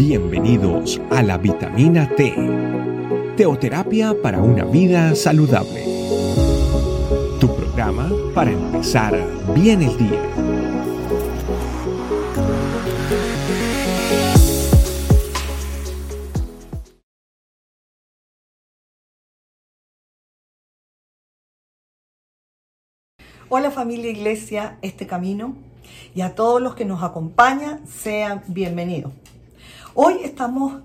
Bienvenidos a la Vitamina T, teoterapia para una vida saludable. Tu programa para empezar bien el día. Hola familia Iglesia, Este Camino, y a todos los que nos acompañan, sean bienvenidos. Hoy estamos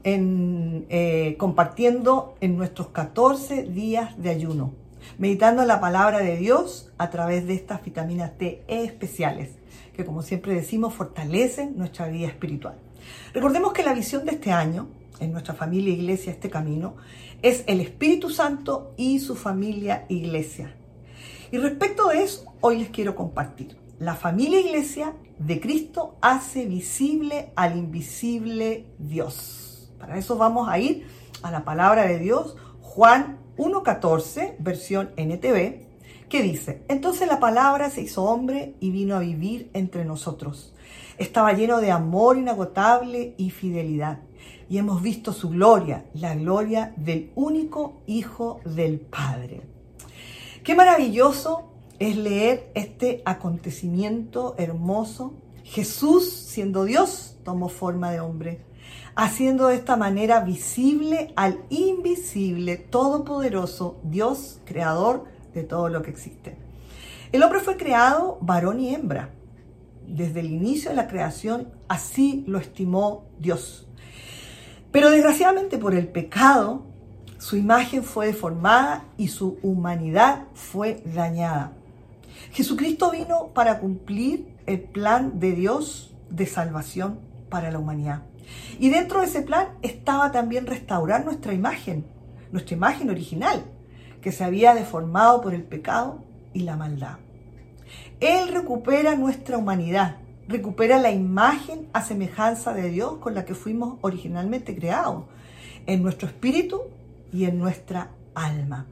compartiendo en nuestros 14 días de ayuno, meditando la palabra de Dios a través de estas vitaminas T especiales, que como siempre decimos, fortalecen nuestra vida espiritual. Recordemos que la visión de este año, en nuestra familia Iglesia, Este Camino, es el Espíritu Santo y su familia Iglesia. Y respecto de eso, hoy les quiero compartir. La familia Iglesia de Cristo hace visible al invisible Dios. Para eso vamos a ir a la palabra de Dios, Juan 1:14, versión NTV, que dice: Entonces la palabra se hizo hombre y vino a vivir entre nosotros. Estaba lleno de amor inagotable y fidelidad. Y hemos visto su gloria, la gloria del único Hijo del Padre. Qué maravilloso es leer este acontecimiento hermoso. Jesús, siendo Dios, tomó forma de hombre, haciendo de esta manera visible al invisible, todopoderoso Dios, creador de todo lo que existe. El hombre fue creado varón y hembra. Desde el inicio de la creación, así lo estimó Dios. Pero desgraciadamente por el pecado, su imagen fue deformada y su humanidad fue dañada. Jesucristo vino para cumplir el plan de Dios de salvación para la humanidad. Y dentro de ese plan estaba también restaurar nuestra imagen original, que se había deformado por el pecado y la maldad. Él recupera nuestra humanidad, recupera la imagen a semejanza de Dios con la que fuimos originalmente creados, en nuestro espíritu y en nuestra alma.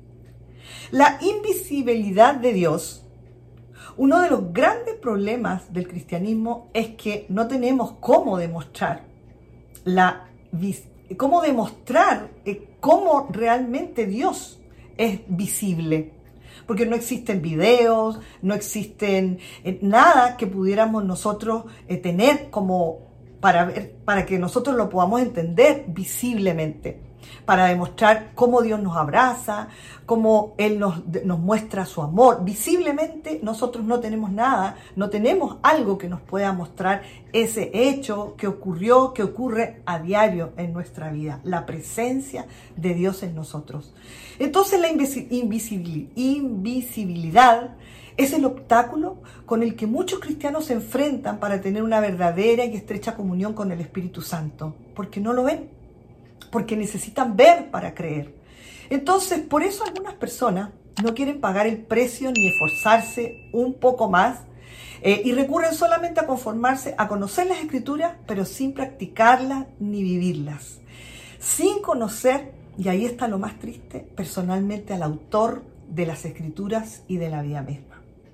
La invisibilidad de Dios. Uno de los grandes problemas del cristianismo es que no tenemos cómo demostrar cómo realmente Dios es visible. Porque no existen videos, no existen nada que pudiéramos nosotros tener como para que nosotros lo podamos entender visiblemente, para demostrar cómo Dios nos abraza, cómo Él nos muestra su amor. Visiblemente nosotros no tenemos nada, no tenemos algo que nos pueda mostrar ese hecho que ocurre a diario en nuestra vida, la presencia de Dios en nosotros. Entonces la invisibilidad es el obstáculo con el que muchos cristianos se enfrentan para tener una verdadera y estrecha comunión con el Espíritu Santo, porque no lo ven, porque necesitan ver para creer. Entonces, por eso algunas personas no quieren pagar el precio ni esforzarse un poco más y recurren solamente a conformarse a conocer las Escrituras, pero sin practicarlas ni vivirlas. Sin conocer, y ahí está lo más triste, personalmente al autor de las Escrituras y de la vida misma.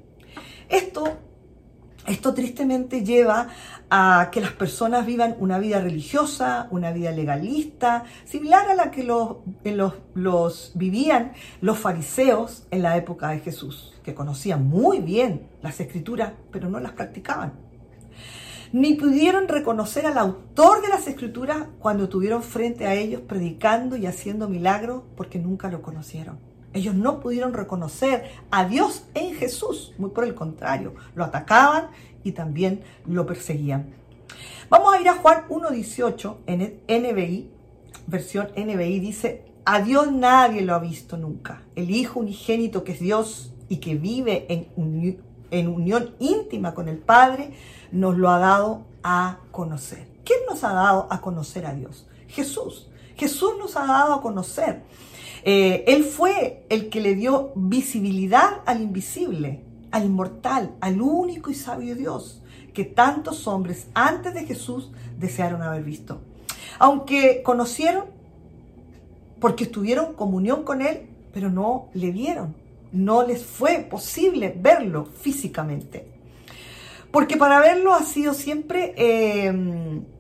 Esto tristemente lleva a que las personas vivan una vida religiosa, una vida legalista, similar a la que los vivían los fariseos en la época de Jesús, que conocían muy bien las Escrituras, pero no las practicaban. Ni pudieron reconocer al autor de las Escrituras cuando estuvieron frente a ellos predicando y haciendo milagros, porque nunca lo conocieron. Ellos no pudieron reconocer a Dios en Jesús, muy por el contrario, lo atacaban y también lo perseguían. Vamos a ir a Juan 1:18 en NBI, versión NBI, dice: A Dios nadie lo ha visto nunca. El Hijo unigénito, que es Dios y que vive en unión íntima con el Padre, nos lo ha dado a conocer. ¿Quién nos ha dado a conocer a Dios? Jesús. Jesús nos ha dado a conocer. Él fue el que le dio visibilidad al invisible, al inmortal, al único y sabio Dios, que tantos hombres antes de Jesús desearon haber visto. Aunque conocieron, porque estuvieron en comunión con Él, pero no le vieron. No les fue posible verlo físicamente. Porque para verlo ha sido siempre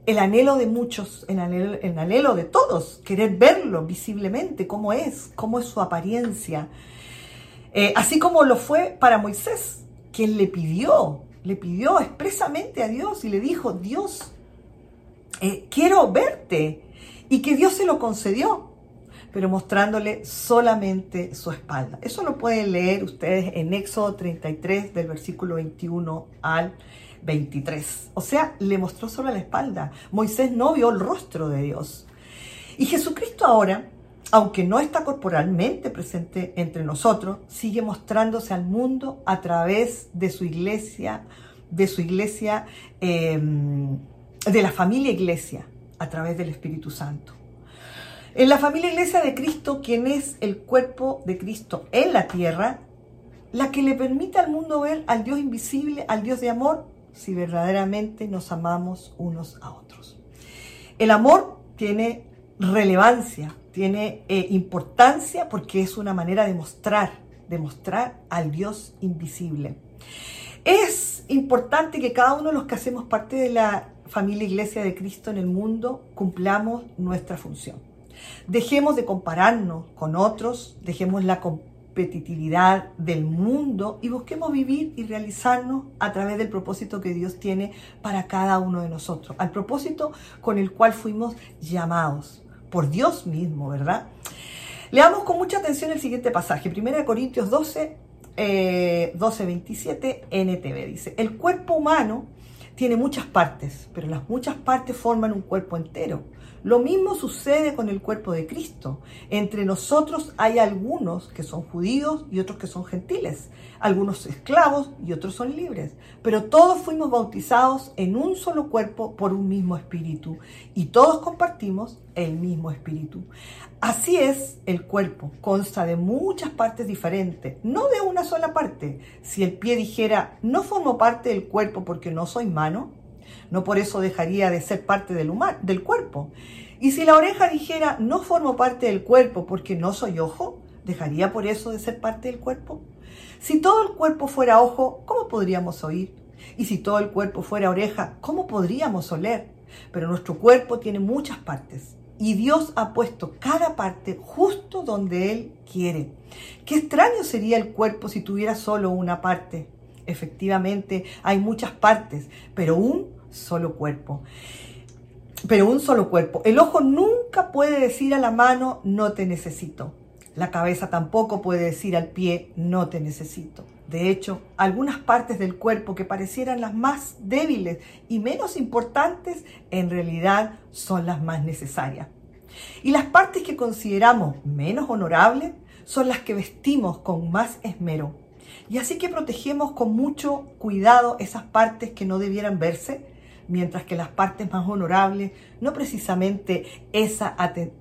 el anhelo de muchos, el anhelo de todos, querer verlo visiblemente, cómo es su apariencia. Así como lo fue para Moisés, quien le pidió expresamente a Dios y le dijo, Dios, quiero verte, y que Dios se lo concedió, pero mostrándole solamente su espalda. Eso lo pueden leer ustedes en Éxodo 33, del versículo 21 al 23. O sea, le mostró solo la espalda. Moisés no vio el rostro de Dios. Y Jesucristo ahora, aunque no está corporalmente presente entre nosotros, sigue mostrándose al mundo a través de su iglesia, de la familia iglesia, a través del Espíritu Santo. En la familia iglesia de Cristo, quien es el cuerpo de Cristo en la tierra, la que le permite al mundo ver al Dios invisible, al Dios de amor, si verdaderamente nos amamos unos a otros. El amor tiene relevancia, tiene importancia, porque es una manera de mostrar al Dios invisible. Es importante que cada uno de los que hacemos parte de la familia iglesia de Cristo en el mundo cumplamos nuestra función. Dejemos de compararnos con otros, dejemos la competitividad del mundo y busquemos vivir y realizarnos a través del propósito que Dios tiene para cada uno de nosotros, al propósito con el cual fuimos llamados por Dios mismo, ¿verdad? Leamos con mucha atención el siguiente pasaje, 1 Corintios 12:27, NTV, dice: el cuerpo humano tiene muchas partes, pero las muchas partes forman un cuerpo entero. Lo mismo sucede con el cuerpo de Cristo. Entre nosotros hay algunos que son judíos y otros que son gentiles, algunos esclavos y otros son libres, pero todos fuimos bautizados en un solo cuerpo por un mismo espíritu y todos compartimos el mismo espíritu. Así es, el cuerpo consta de muchas partes diferentes, no de una sola parte. Si el pie dijera, no formo parte del cuerpo porque no soy mano, no por eso dejaría de ser parte del cuerpo. Y si la oreja dijera, no formo parte del cuerpo porque no soy ojo, ¿dejaría por eso de ser parte del cuerpo? Si todo el cuerpo fuera ojo, ¿cómo podríamos oír? Y si todo el cuerpo fuera oreja, ¿cómo podríamos oler? Pero nuestro cuerpo tiene muchas partes y Dios ha puesto cada parte justo donde Él quiere. Qué extraño sería el cuerpo si tuviera solo una parte. Efectivamente, hay muchas partes, pero un solo cuerpo. El ojo nunca puede decir a la mano, no te necesito. La cabeza tampoco puede decir al pie, no te necesito. De hecho, algunas partes del cuerpo que parecieran las más débiles y menos importantes, en realidad son las más necesarias. Y las partes que consideramos menos honorables son las que vestimos con más esmero. Y así que protegemos con mucho cuidado esas partes que no debieran verse, mientras que las partes más honorables no precisan esa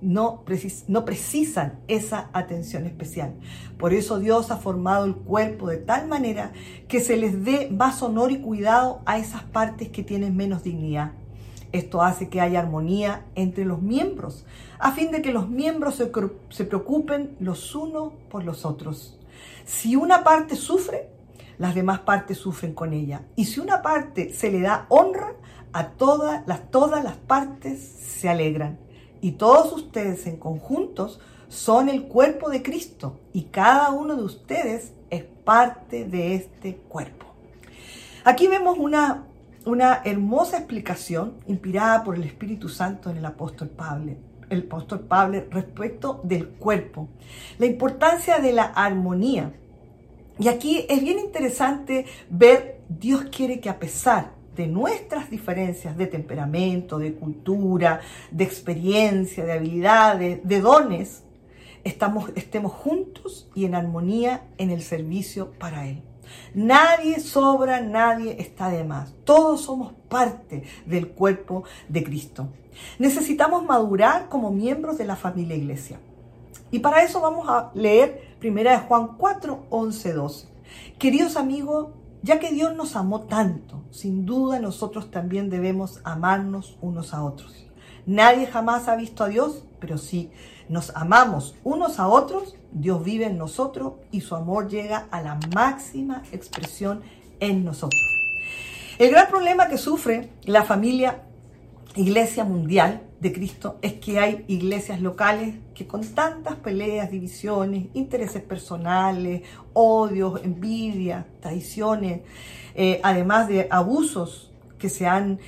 atención especial. Por eso Dios ha formado el cuerpo de tal manera que se les dé más honor y cuidado a esas partes que tienen menos dignidad. Esto hace que haya armonía entre los miembros, a fin de que los miembros se preocupen los unos por los otros. Si una parte sufre, las demás partes sufren con ella. Y si una parte se le da honra, a todas las partes se alegran. Y todos ustedes en conjuntos son el cuerpo de Cristo, y cada uno de ustedes es parte de este cuerpo. Aquí vemos una hermosa explicación inspirada por el Espíritu Santo en el apóstol Pablo respecto del cuerpo, la importancia de la armonía. Y aquí es bien interesante ver, Dios quiere que a pesar de nuestras diferencias de temperamento, de cultura, de experiencia, de habilidades, de dones, estemos juntos y en armonía en el servicio para Él. Nadie sobra, nadie está de más. Todos somos parte del cuerpo de Cristo. Necesitamos madurar como miembros de la familia iglesia. Y para eso vamos a leer 1 Juan 4, 11, 12. Queridos amigos, ya que Dios nos amó tanto, sin duda nosotros también debemos amarnos unos a otros. Nadie jamás ha visto a Dios, pero si nos amamos unos a otros, Dios vive en nosotros y su amor llega a la máxima expresión en nosotros. El gran problema que sufre la familia Iglesia mundial de Cristo es que hay iglesias locales que con tantas peleas, divisiones, intereses personales, odios, envidias, traiciones, además de abusos que se han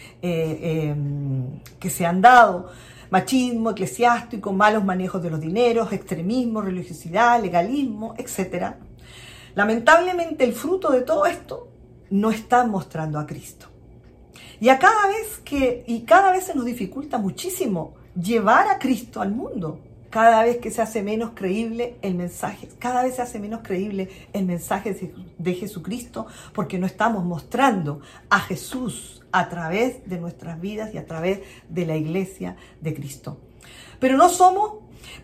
dado, machismo eclesiástico, malos manejos de los dineros, extremismo, religiosidad, legalismo, etc. Lamentablemente el fruto de todo esto no está mostrando a Cristo. Y cada vez se nos dificulta muchísimo llevar a Cristo al mundo. Cada vez que se hace menos creíble el mensaje, cada vez se hace menos creíble el mensaje de Jesucristo, porque no estamos mostrando a Jesús a través de nuestras vidas y a través de la iglesia de Cristo. Pero no somos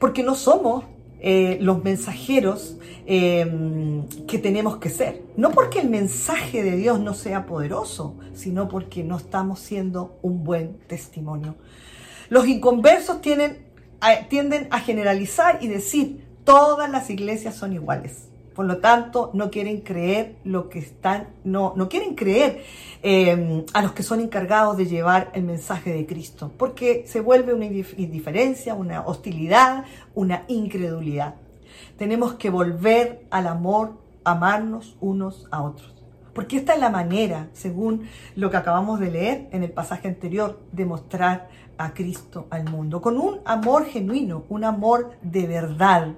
los mensajeros que tenemos que ser. No porque el mensaje de Dios no sea poderoso, sino porque no estamos siendo un buen testimonio. Los inconversos tienden a generalizar y decir, todas las iglesias son iguales. Por lo tanto, no quieren creer no quieren creer a los que son encargados de llevar el mensaje de Cristo, porque se vuelve una indiferencia, una hostilidad, una incredulidad. Tenemos que volver al amor, amarnos unos a otros. Porque esta es la manera, según lo que acabamos de leer en el pasaje anterior, de mostrar a Cristo al mundo. Con un amor genuino, un amor de verdad.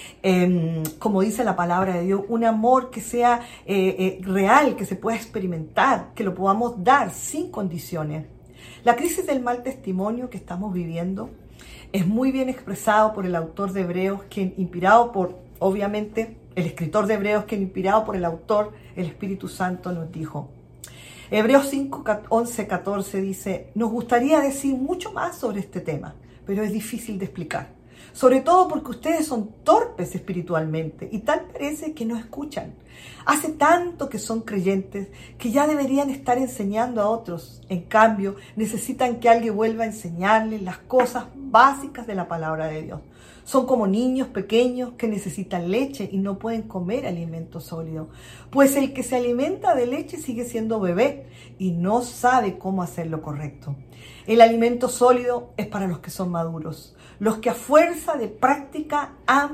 Como dice la palabra de Dios, un amor que sea real, que se pueda experimentar, que lo podamos dar sin condiciones. La crisis del mal testimonio que estamos viviendo es muy bien expresado por el autor de Hebreos, quien inspirado por, obviamente, el escritor de Hebreos, quien inspirado por el autor, el Espíritu Santo, nos dijo. Hebreos 5, 11, 14 dice, nos gustaría decir mucho más sobre este tema, pero es difícil de explicar. Sobre todo porque ustedes son torpes espiritualmente y tal parece que no escuchan. Hace tanto que son creyentes que ya deberían estar enseñando a otros. En cambio, necesitan que alguien vuelva a enseñarles las cosas básicas de la palabra de Dios. Son como niños pequeños que necesitan leche y no pueden comer alimento sólido. Pues el que se alimenta de leche sigue siendo bebé y no sabe cómo hacer lo correcto. El alimento sólido es para los que son maduros, los que a fuerza de práctica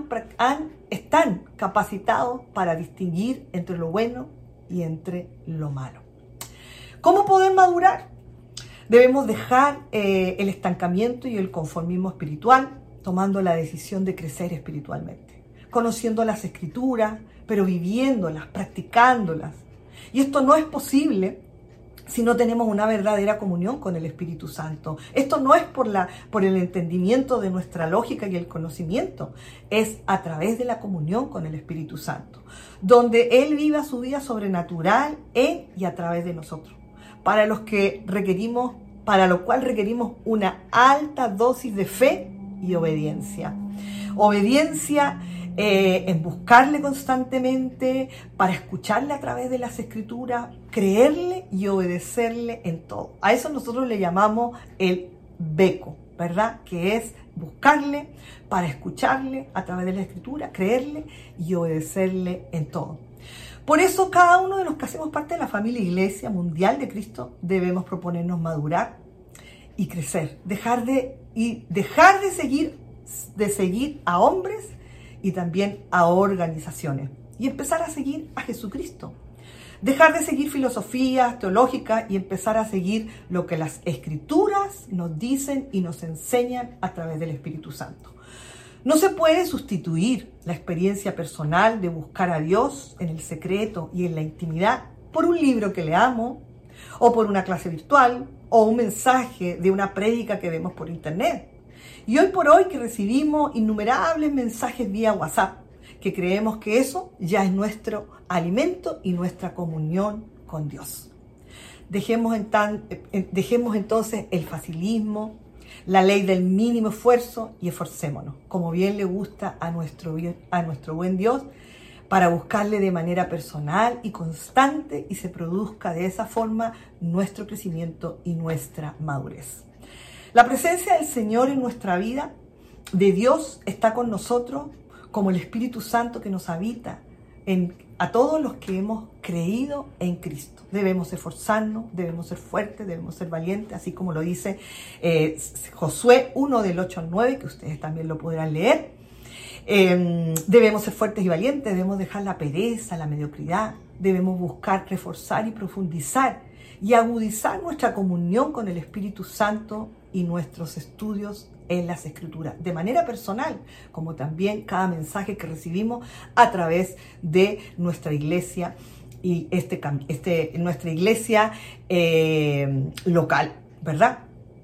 están capacitados para distinguir entre lo bueno y entre lo malo. ¿Cómo poder madurar? Debemos dejar el estancamiento y el conformismo espiritual, tomando la decisión de crecer espiritualmente, conociendo las Escrituras, pero viviéndolas, practicándolas. Y esto no es posible si no tenemos una verdadera comunión con el Espíritu Santo. Esto no es por el entendimiento de nuestra lógica y el conocimiento, es a través de la comunión con el Espíritu Santo, donde Él viva su vida sobrenatural en y a través de nosotros, para lo cual requerimos una alta dosis de fe y obediencia. Obediencia en buscarle constantemente, para escucharle a través de las Escrituras, creerle y obedecerle en todo. A eso nosotros le llamamos el beco, ¿verdad? Que es buscarle, para escucharle a través de la Escritura, creerle y obedecerle en todo. Por eso cada uno de los que hacemos parte de la familia Iglesia Mundial de Cristo debemos proponernos madurar y crecer, dejar de seguir a hombres y también a organizaciones y empezar a seguir a Jesucristo. Dejar de seguir filosofías teológicas y empezar a seguir lo que las Escrituras nos dicen y nos enseñan a través del Espíritu Santo. No se puede sustituir la experiencia personal de buscar a Dios en el secreto y en la intimidad por un libro que leamos, o por una clase virtual, o un mensaje de una prédica que vemos por internet. Y hoy por hoy que recibimos innumerables mensajes vía WhatsApp, que creemos que eso ya es nuestro alimento y nuestra comunión con Dios. Dejemos entonces el facilismo, la ley del mínimo esfuerzo y esforcémonos, como bien le gusta a nuestro buen Dios, para buscarle de manera personal y constante y se produzca de esa forma nuestro crecimiento y nuestra madurez. La presencia del Señor en nuestra vida, de Dios, está con nosotros como el Espíritu Santo que nos habita a todos los que hemos creído en Cristo. Debemos esforzarnos, debemos ser fuertes, debemos ser valientes, así como lo dice Josué 1 del 8 al 9, que ustedes también lo podrán leer. Debemos ser fuertes y valientes, debemos dejar la pereza, la mediocridad, debemos buscar reforzar y profundizar y agudizar nuestra comunión con el Espíritu Santo y nuestros estudios en las Escrituras, de manera personal, como también cada mensaje que recibimos a través de nuestra iglesia y nuestra iglesia local, ¿verdad?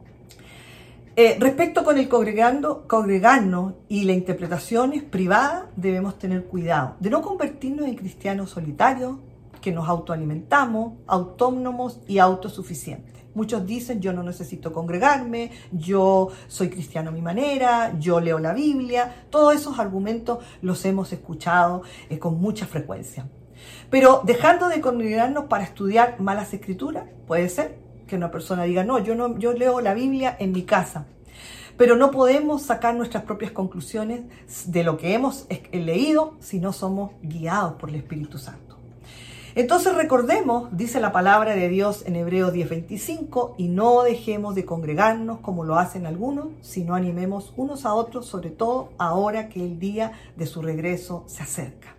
Respecto con el congregarnos y las interpretaciones privadas, debemos tener cuidado de no convertirnos en cristianos solitarios, que nos autoalimentamos, autónomos y autosuficientes. Muchos dicen, yo no necesito congregarme, yo soy cristiano a mi manera, yo leo la Biblia. Todos esos argumentos los hemos escuchado con mucha frecuencia. Pero dejando de congregarnos para estudiar malas escrituras, puede ser que una persona diga, yo leo la Biblia en mi casa. Pero no podemos sacar nuestras propias conclusiones de lo que hemos leído si no somos guiados por el Espíritu Santo. Entonces recordemos, dice la palabra de Dios en Hebreos 10:25, y no dejemos de congregarnos como lo hacen algunos, sino animemos unos a otros, sobre todo ahora que el día de su regreso se acerca.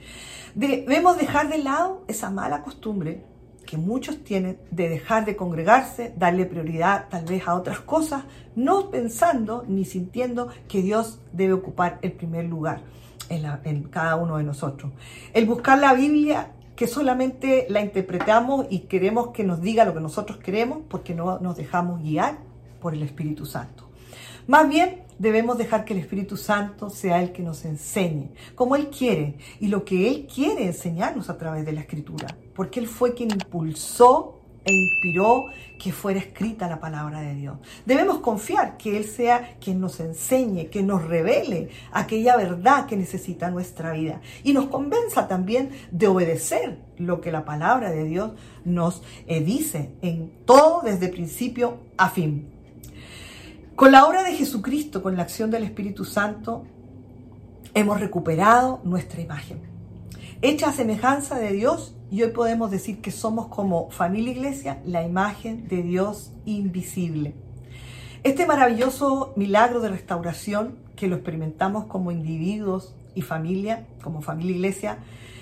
Debemos dejar de lado esa mala costumbre que muchos tienen de dejar de congregarse, darle prioridad tal vez a otras cosas, no pensando ni sintiendo que Dios debe ocupar el primer lugar en cada uno de nosotros. El buscar la Biblia, que solamente la interpretamos y queremos que nos diga lo que nosotros queremos porque no nos dejamos guiar por el Espíritu Santo. Más bien, debemos dejar que el Espíritu Santo sea el que nos enseñe como Él quiere y lo que Él quiere enseñarnos a través de la Escritura, porque Él fue quien impulsó e inspiró que fuera escrita la palabra de Dios. Debemos confiar que Él sea quien nos enseñe, que nos revele aquella verdad que necesita nuestra vida y nos convenza también de obedecer lo que la palabra de Dios nos dice en todo desde principio a fin. Con la obra de Jesucristo, con la acción del Espíritu Santo, hemos recuperado nuestra imagen, hecha a semejanza de Dios, y hoy podemos decir que somos como familia iglesia la imagen de Dios invisible. Este maravilloso milagro de restauración que lo experimentamos como individuos y familia, como familia iglesia,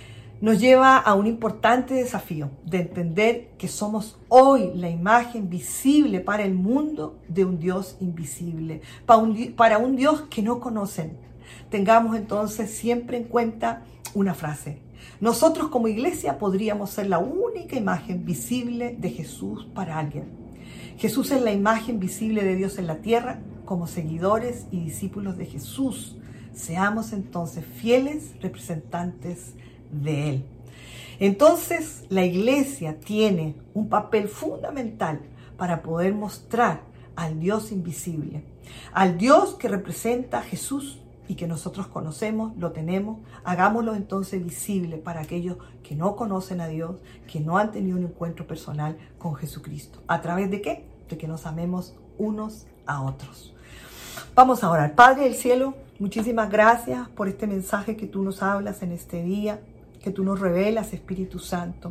nos lleva a un importante desafío de entender que somos hoy la imagen visible para el mundo de un Dios invisible, para un Dios que no conocen. Tengamos entonces siempre en cuenta una frase. Nosotros como iglesia podríamos ser la única imagen visible de Jesús para alguien. Jesús es la imagen visible de Dios en la tierra. Como seguidores y discípulos de Jesús, seamos entonces fieles representantes de Él. Entonces, la iglesia tiene un papel fundamental para poder mostrar al Dios invisible, al Dios que representa a Jesús y que nosotros conocemos, lo tenemos. Hagámoslo entonces visible para aquellos que no conocen a Dios, que no han tenido un encuentro personal con Jesucristo. ¿A través de qué? De que nos amemos unos a otros. Vamos a orar. Padre del cielo, muchísimas gracias por este mensaje que tú nos hablas en este día, que tú nos revelas, Espíritu Santo.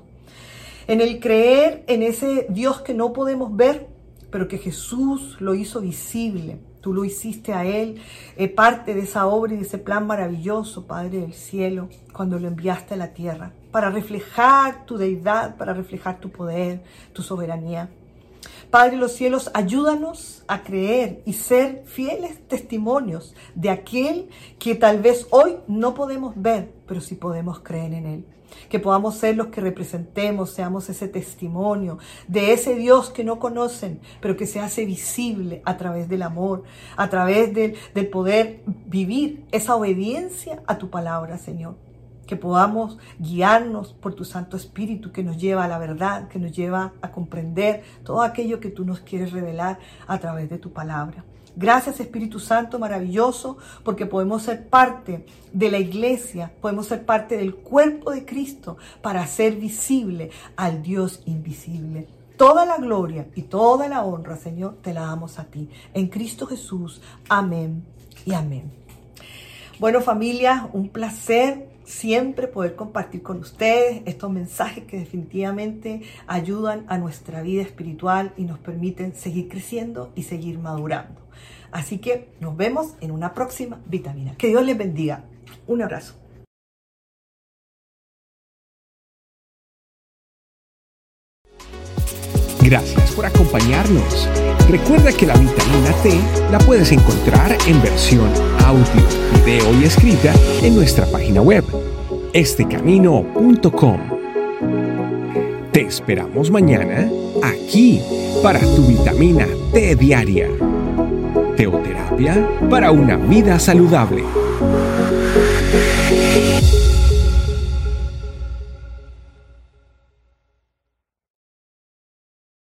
En el creer en ese Dios que no podemos ver, pero que Jesús lo hizo visible. Tú lo hiciste a Él, parte de esa obra y de ese plan maravilloso, Padre del cielo, cuando lo enviaste a la tierra, para reflejar tu deidad, para reflejar tu poder, tu soberanía. Padre de los cielos, ayúdanos a creer y ser fieles testimonios de aquel que tal vez hoy no podemos ver, pero sí podemos creer en Él. Que podamos ser los que representemos, seamos ese testimonio de ese Dios que no conocen, pero que se hace visible a través del amor, a través del poder vivir esa obediencia a tu palabra, Señor. Que podamos guiarnos por tu Santo Espíritu que nos lleva a la verdad, que nos lleva a comprender todo aquello que tú nos quieres revelar a través de tu palabra. Gracias, Espíritu Santo maravilloso, porque podemos ser parte de la iglesia, podemos ser parte del cuerpo de Cristo para hacer visible al Dios invisible. Toda la gloria y toda la honra, Señor, te la damos a ti. En Cristo Jesús. Amén y amén. Bueno, familia, un placer siempre poder compartir con ustedes estos mensajes que definitivamente ayudan a nuestra vida espiritual y nos permiten seguir creciendo y seguir madurando. Así que nos vemos en una próxima vitamina. Que Dios les bendiga. Un abrazo. Gracias por acompañarnos. Recuerda que la vitamina T la puedes encontrar en versión audio, video y escrita en nuestra página web, estecamino.com. Te esperamos mañana aquí para tu vitamina T diaria. Teoterapia para una vida saludable.